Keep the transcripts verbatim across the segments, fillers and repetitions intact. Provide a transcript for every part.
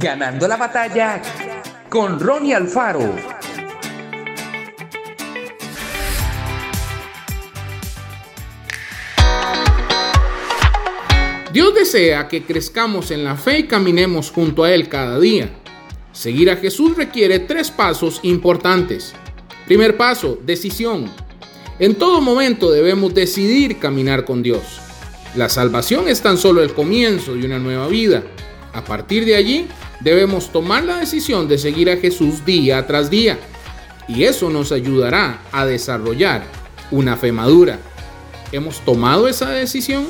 Ganando la batalla con Ronnie Alfaro. Dios desea que crezcamos en la fe y caminemos junto a Él cada día. Seguir a Jesús requiere tres pasos importantes. Primer paso, decisión. En todo momento debemos decidir caminar con Dios. La salvación es tan solo el comienzo de una nueva vida. A partir de allí, debemos tomar la decisión de seguir a Jesús día tras día. Y eso nos ayudará a desarrollar una fe madura. ¿Hemos tomado esa decisión?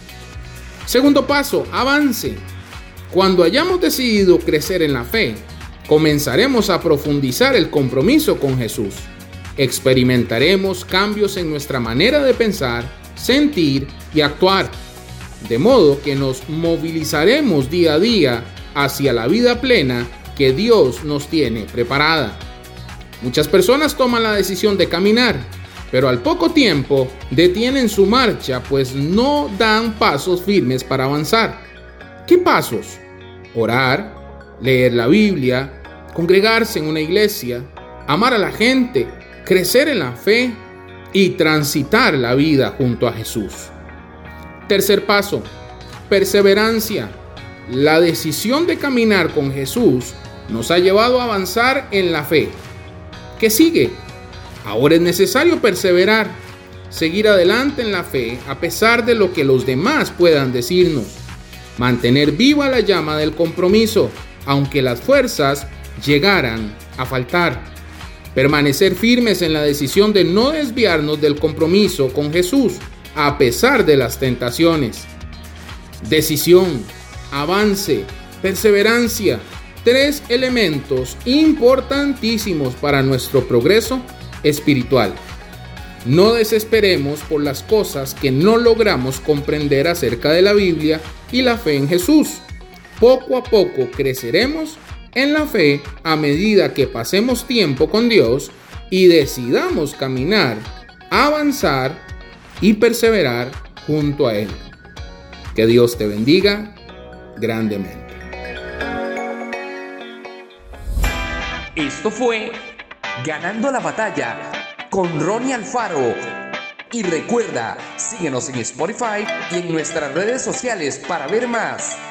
Segundo paso, avance. Cuando hayamos decidido crecer en la fe, comenzaremos a profundizar el compromiso con Jesús. Experimentaremos cambios en nuestra manera de pensar, sentir y actuar, de modo que nos movilizaremos día a día hacia la vida plena que Dios nos tiene preparada. Muchas personas toman la decisión de caminar, pero al poco tiempo detienen su marcha, pues no dan pasos firmes para avanzar. ¿Qué pasos? Orar, leer la Biblia, congregarse en una iglesia, amar a la gente, crecer en la fe y transitar la vida junto a Jesús. Tercer paso, perseverancia. La decisión de caminar con Jesús nos ha llevado a avanzar en la fe. ¿Qué sigue? Ahora es necesario perseverar, seguir adelante en la fe a pesar de lo que los demás puedan decirnos. Mantener viva la llama del compromiso, aunque las fuerzas llegaran a faltar. Permanecer firmes en la decisión de no desviarnos del compromiso con Jesús, a pesar de las tentaciones. Decisión, avance, perseverancia. Tres elementos importantísimos para nuestro progreso espiritual. No desesperemos por las cosas que no logramos comprender acerca de la Biblia y la fe en Jesús. Poco a poco creceremos en la fe a medida que pasemos tiempo con Dios y decidamos caminar, avanzar y perseverar junto a Él. Que Dios te bendiga grandemente. Esto fue Ganando la batalla con Ronnie Alfaro. Y recuerda, síguenos en Spotify y en nuestras redes sociales para ver más.